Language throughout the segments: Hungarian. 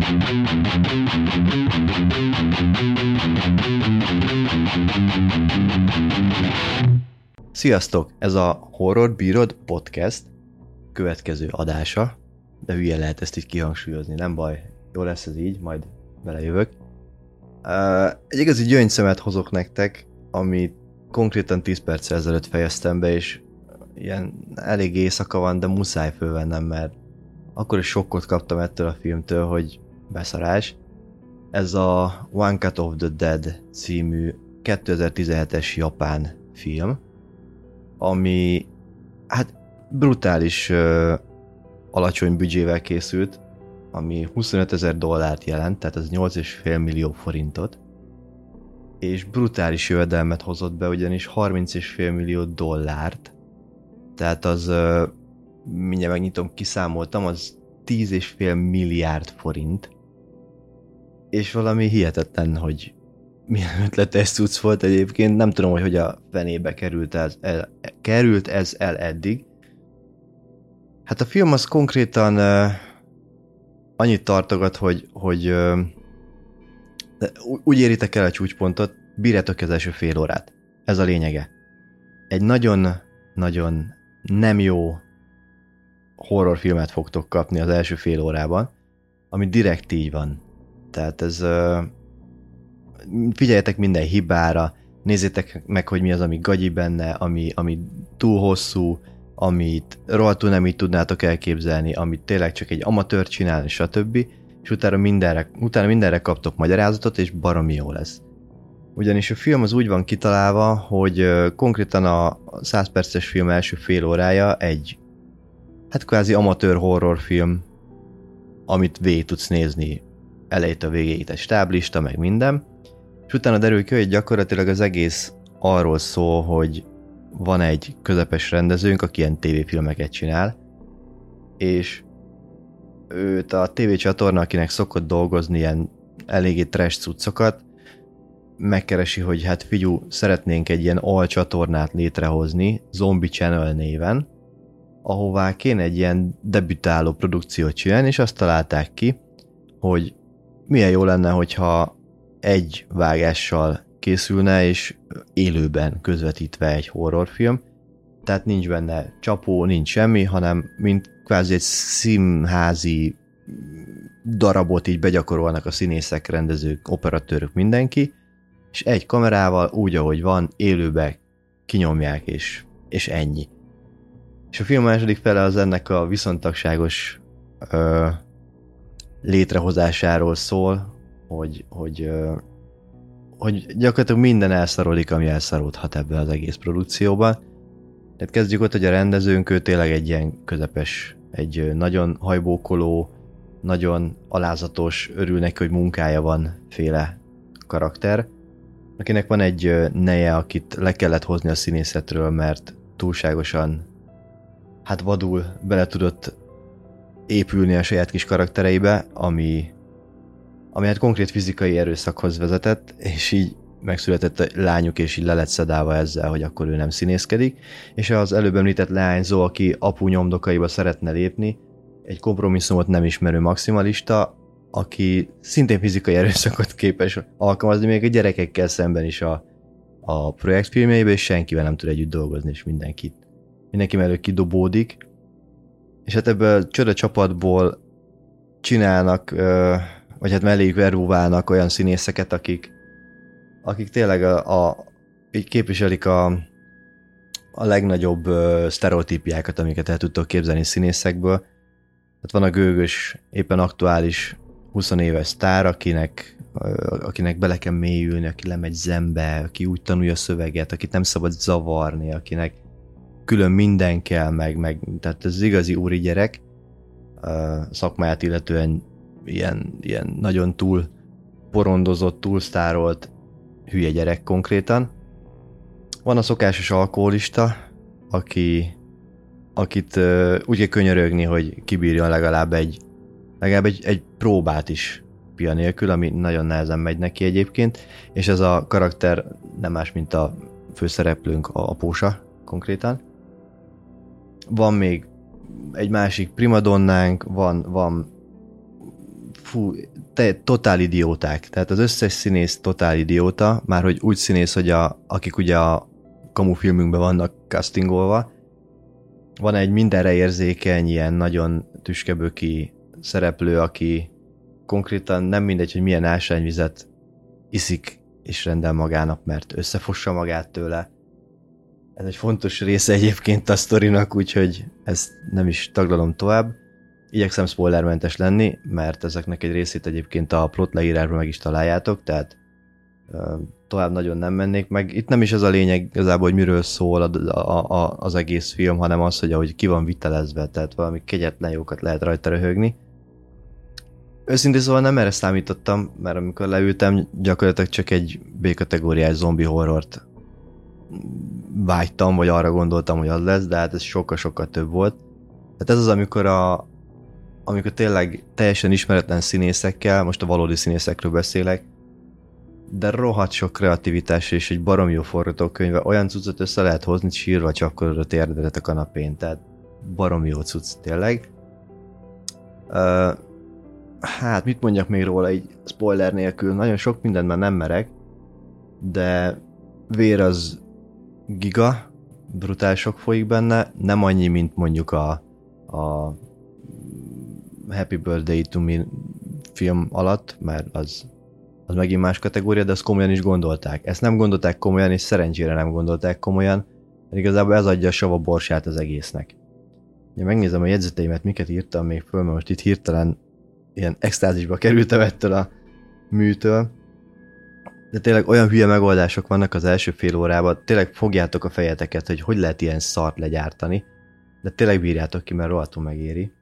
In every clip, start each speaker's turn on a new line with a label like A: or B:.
A: Sziasztok! Ez a Horror Bírod podcast következő adása, de hülye lehet ezt így kihangsúlyozni, nem baj, jó lesz ez így, majd belejövök. Egy igazi gyöngyszemet hozok nektek, amit konkrétan 10 perccel ezelőtt fejeztem be, és ilyen elég éjszaka van, de muszáj fölvennem, mert akkor is sokkot kaptam ettől a filmtől, hogy beszarás. Ez a One Cut of the Dead című 2017-es japán film, ami hát brutális alacsony büdzsével készült, ami $25,000 jelent, tehát ez 8,5 millió forintot, és brutális jövedelmet hozott be, ugyanis $30,5 millió, tehát az, mindjárt megnyitom, kiszámoltam, az 10,5 milliárd forint, és valami hihetetlen, hogy milyen ötletes cucc volt egyébként, nem tudom, hogy a fenébe került ez el eddig. Hát a film az konkrétan annyit tartogat, hogy úgy éritek el a csúcspontot, bírjátok az első fél órát. Ez a lényege. Egy nagyon-nagyon nem jó horrorfilmet fogtok kapni az első fél órában, ami direkt így van. Tehát ez... figyeljetek minden hibára, nézzétek meg, hogy mi az, ami gagyi benne, ami túl hosszú, amit rohadtul nem így tudnátok elképzelni, amit tényleg csak egy amatőr csinál, stb. És utána mindenre kaptok magyarázatot, és baromi jó lesz. Ugyanis a film az úgy van kitalálva, hogy konkrétan a 100 perces film első fél órája egy hát kvázi amatőr horrorfilm, amit végig tudsz nézni elejétől végéig, egy stáblista, meg minden, és utána derül ki, hogy gyakorlatilag az egész arról szól, hogy van egy közepes rendezőnk, aki ilyen tévéfilmeket csinál, és őt a tévécsatorna, akinek szokott dolgozni ilyen eléggé trash cuccokat, megkeresi, hogy hát figyú, szeretnénk egy ilyen alcsatornát létrehozni, Zombie Channel néven, ahová kéne egy ilyen debütáló produkciót csinálni, és azt találták ki, hogy milyen jó lenne, hogyha egy vágással készülne, és élőben közvetítve egy horrorfilm. Tehát nincs benne csapó, nincs semmi, hanem mint kvázi egy színházi darabot így begyakorolnak a színészek, rendezők, operatőrök, mindenki, és egy kamerával úgy, ahogy van, élőbe kinyomják, és ennyi. És a film második fele az ennek a viszontagságos létrehozásáról szól, hogy gyakorlatilag minden elszarodik, ami elszaródhat ebben az egész produkcióban. Tehát kezdjük ott, hogy a rendezőnk, ő tényleg egy ilyen közepes, egy nagyon hajbókoló, nagyon alázatos, örül neki, hogy munkája van féle karakter, akinek van egy neje, akit le kellett hozni a színészetről, mert túlságosan hát vadul bele tudott épülni a saját kis karaktereibe, ami hát konkrét fizikai erőszakhoz vezetett, és így megszületett a lányuk, és így le lett szedálva ezzel, hogy akkor ő nem színészkedik, és az előbb említett leányzó, aki apu nyomdokaiba szeretne lépni, egy kompromisszumot nem ismerő maximalista, aki szintén fizikai erőszakot képes alkalmazni, még a gyerekekkel szemben is a projektfilmjeiben, és senkivel nem tud együtt dolgozni, és mindenki mellett kidobódik. És hát ebből a csoda csapatból csinálnak, vagy hát melléjük vervúválnak olyan színészeket, akik tényleg így képviselik a legnagyobb sztereotípiákat, amiket el tudtok képzelni színészekből. Tehát van a gőgös, éppen aktuális 20 éves sztár, akinek bele kell mélyülni, aki lemegy zenbe, aki úgy tanulja a szöveget, akit nem szabad zavarni, akinek külön minden kell, meg tehát ez igazi úri gyerek, szakmáját illetően ilyen nagyon túl porondozott, túl sztárolt hülye gyerek konkrétan. Van a szokásos alkoholista, akit úgy kell könyörögni, hogy kibírjon legalább egy próbát is pia nélkül, ami nagyon nehezen megy neki egyébként, és ez a karakter nem más, mint a főszereplőnk, a Pósa konkrétan. Van még egy másik primadonnánk, van totál idióták. Tehát az összes színész totál idióta, már hogy úgy színész, hogy akik ugye a kamu filmünkben vannak castingolva, van egy mindenre érzékeny, ilyen nagyon tüskeböki szereplő, aki konkrétan nem mindegy, hogy milyen ásványvizet iszik és rendel magának, mert összefossa magát tőle. Ez egy fontos része egyébként a sztorinak, úgyhogy ezt nem is taglalom tovább. Igyekszem spoilermentes lenni, mert ezeknek egy részét egyébként a plot leírásban meg is találjátok, tehát tovább nagyon nem mennék meg. Itt nem is ez a lényeg igazából, hogy miről szól az egész film, hanem az, hogy ahogy ki van vitelezve, tehát valami kegyetlen jókat lehet rajta röhögni. Őszintén szóval nem erre számítottam, mert amikor leültem, gyakorlatilag csak egy B-kategóriás zombi horrort vágytam, vagy arra gondoltam, hogy az lesz, de hát ez sokkal-sokkal több volt. Tehát ez az, amikor tényleg teljesen ismeretlen színészekkel, most a valódi színészekről beszélek, de rohadt sok kreativitás és egy baromi jó forgatókönyve, olyan cuccot össze lehet hozni, sírva csapkodod a térdedet a kanapén, tehát baromi jó cucc tényleg. Hát mit mondjak még róla egy spoiler nélkül, nagyon sok mindent már nem merek, de vér az giga, brutál sok folyik benne, nem annyi, mint mondjuk a Happy Birthday to Me film alatt, mert az megint más kategória, de azt komolyan is gondolták. Ezt nem gondolták komolyan, és szerencsére nem gondolták komolyan, mert igazából ez adja a sava borsát az egésznek. Ja, megnézem a jegyzeteimet, miket írtam még föl, mert most itt hirtelen ilyen extázisba kerültem ettől a műtől. De tényleg olyan hülye megoldások vannak az első fél órában, tényleg fogjátok a fejeteket, hogy lehet ilyen szart legyártani, de tényleg bírjátok ki, mert rohadtul megéri.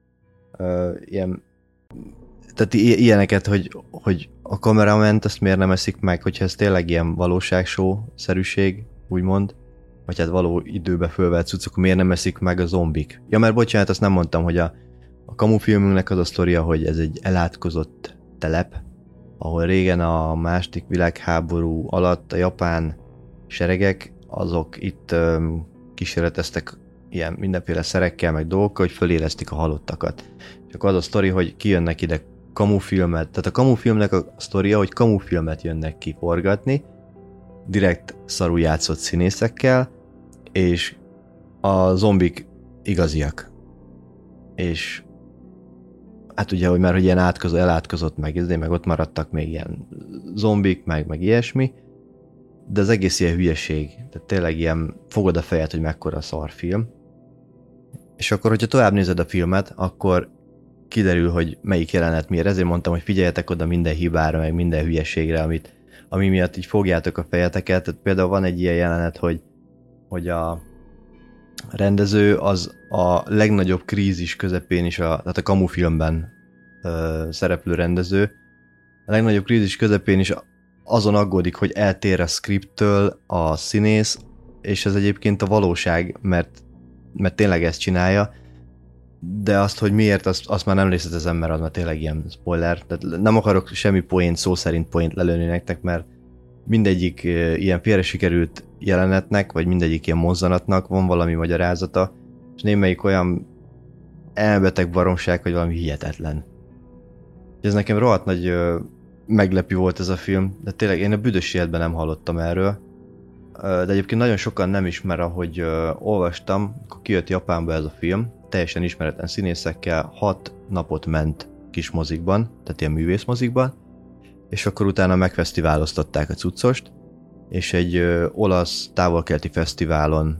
A: Tehát ilyeneket, hogy a kamerament azt miért nem eszik meg, hogyha ez tényleg ilyen valóságshow-szerűség, úgymond, vagy hát való időbe fölvett cuccok, miért nem eszik meg a zombik. Ja, mert bocsánat, azt nem mondtam, hogy a kamu filmünknek az a sztoria, hogy ez egy elátkozott telep, ahol régen a második világháború alatt a japán seregek, azok itt kísérleteztek ilyen mindenféle szerekkel, meg dolgokkal, hogy fölélesztik a halottakat. Csak az a sztori, hogy kijönnek ide kamufilmet, tehát a kamufilmnek a sztoria, hogy kamufilmet jönnek ki forgatni, direkt szarul játszott színészekkel, és a zombik igaziak. És hát ugye, hogy már hogy ilyen elátkozott meg ott maradtak még ilyen zombik, meg ilyesmi, de az egész ilyen hülyeség. Tehát tényleg ilyen fogod a fejed, hogy mekkora szarfilm. És akkor, hogyha tovább nézed a filmet, akkor kiderül, hogy melyik jelenet miért. Ezért mondtam, hogy figyeljetek oda minden hibára, meg minden hülyeségre, ami miatt így fogjátok a fejeteket. Tehát például van egy ilyen jelenet, hogy a rendező az a legnagyobb krízis közepén is, tehát a kamu filmben szereplő rendező, a legnagyobb krízis közepén is azon aggódik, hogy eltér a scripttől a színész, és ez egyébként a valóság, mert tényleg ezt csinálja, de azt, hogy miért, azt már nem részletezem, mert az már tényleg ilyen spoiler. Tehát nem akarok semmi poént, szó szerint poént lelőni nektek, mert mindegyik ilyen félre sikerült jelenetnek, vagy mindegyik ilyen mozzanatnak van valami magyarázata, és némelyik olyan elbeteg baromság, hogy valami hihetetlen. Ez nekem rohadt nagy meglepő volt ez a film, de tényleg én a büdös életben nem hallottam erről. De egyébként nagyon sokan nem ismer, ahogy olvastam, akkor kijött Japánba ez a film, teljesen ismeretlen színészekkel, 6 napot ment kis mozikban, tehát ilyen művészmozikban, és akkor utána megfesztiváloztatták a cuccost, és egy olasz távol-keleti fesztiválon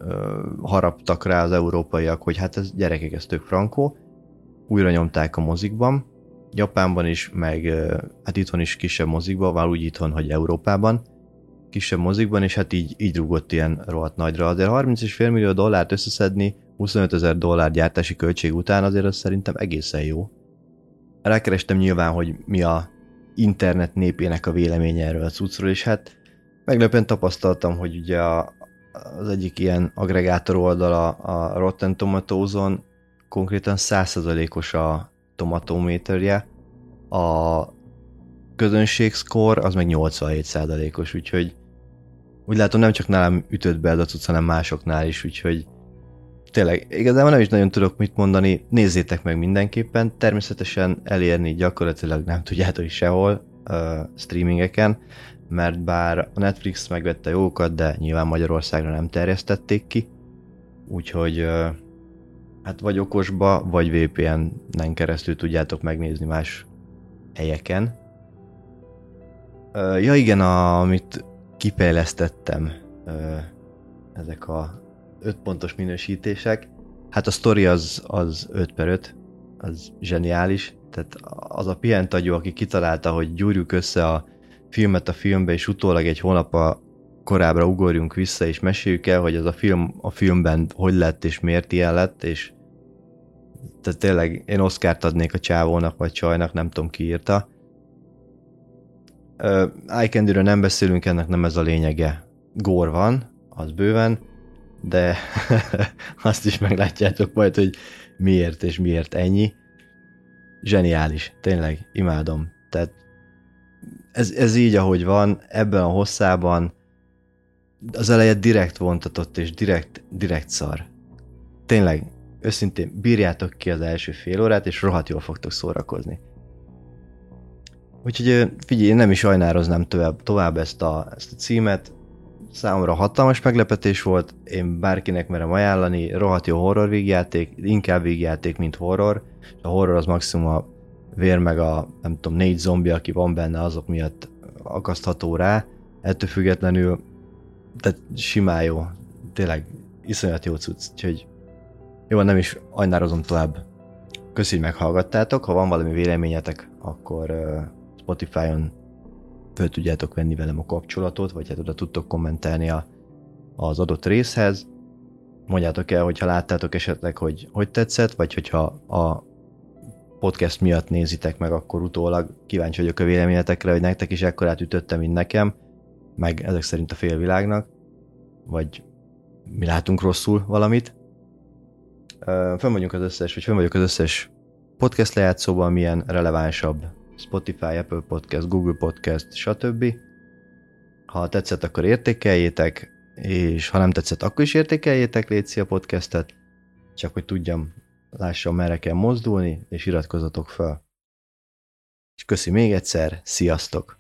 A: haraptak rá az európaiak, hogy hát ez gyerekek, ez tök frankó, újra nyomták a mozikban, Japánban is, meg hát itthon is kisebb mozikban, már úgy itthon, hogy Európában, kisebb mozikban, és hát így rúgott ilyen rohadt nagyra. Azért $30,5 millió összeszedni, $25,000 gyártási költség után azért az szerintem egészen jó. Rákerestem nyilván, hogy mi a internet népének a véleménye erről a cuccról, és hát meglepően tapasztaltam, hogy ugye az egyik ilyen agregátor oldala a Rotten Tomatoes-on konkrétan 100%-os a tomatométerje, a közönség score az meg 87%-os, úgyhogy úgy látom nem csak nálam ütött be ez a cucc, hanem másoknál is, úgyhogy tényleg, igazából nem is nagyon tudok mit mondani, nézzétek meg mindenképpen, természetesen elérni gyakorlatilag nem tudjátok is sehol streamingeken, mert bár a Netflix megvette jókat, de nyilván Magyarországra nem terjesztették ki, úgyhogy hát vagy okosba, vagy VPN-en keresztül tudjátok megnézni más helyeken. Ja igen, amit kifejlesztettem, ezek a 5 pontos minősítések, hát a sztori az 5/5, az zseniális, tehát az a pihentagyú, aki kitalálta, hogy gyúrjuk össze a filmet a filmbe, és utólag egy hónappal korábbra ugorjunk vissza, és meséljük el, hogy az a film a filmben hogy lett, és miért ilyen lett, és tehát tényleg én Oscart adnék a csávónak, vagy csajnak, nem tudom ki írta. iCandy-ről nem beszélünk, ennek nem ez a lényege. Gore van, az bőven, de azt is meglátjátok majd, hogy miért és miért ennyi. Zseniális, tényleg, imádom. Tehát ez így, ahogy van, ebben a hosszában az eleje direkt vontatott és direkt szar. Tényleg, őszintén bírjátok ki az első fél órát, és rohadt jól fogtok szórakozni. Úgyhogy figyelj, én nem is sajnároznám tovább ezt a címet. Számomra hatalmas meglepetés volt, én bárkinek merem ajánlani, rohadt jó horror vígjáték, inkább vígjáték, mint horror. A horror az maximum a vér meg a, nem tudom, 4 zombi, aki van benne, azok miatt akasztható rá. Ettől függetlenül, tehát simán jó, tényleg iszonyat jó cucc, úgyhogy jó, nem is ajnározom tovább. Köszi, hogy meghallgattátok, ha van valami véleményetek, akkor Spotify-on föl tudjátok venni velem a kapcsolatot, vagy hát oda tudtok kommentelni az adott részhez. Mondjátok el, hogyha láttátok esetleg, hogy tetszett, vagy hogyha a podcast miatt nézitek meg, akkor utólag kíváncsi vagyok a véleményetekre, hogy nektek is ekkorát ütöttem, mint nekem, meg ezek szerint a félvilágnak, vagy mi látunk rosszul valamit. Fönn vagyok az összes podcast lejátszóban, milyen relevánsabb, Spotify, Apple Podcast, Google Podcast, stb. Ha tetszett, akkor értékeljétek, és ha nem tetszett, akkor is értékeljétek, létszi a podcastet, csak hogy tudjam, lássam, merre kell mozdulni, és iratkozzatok fel. És köszi még egyszer, sziasztok!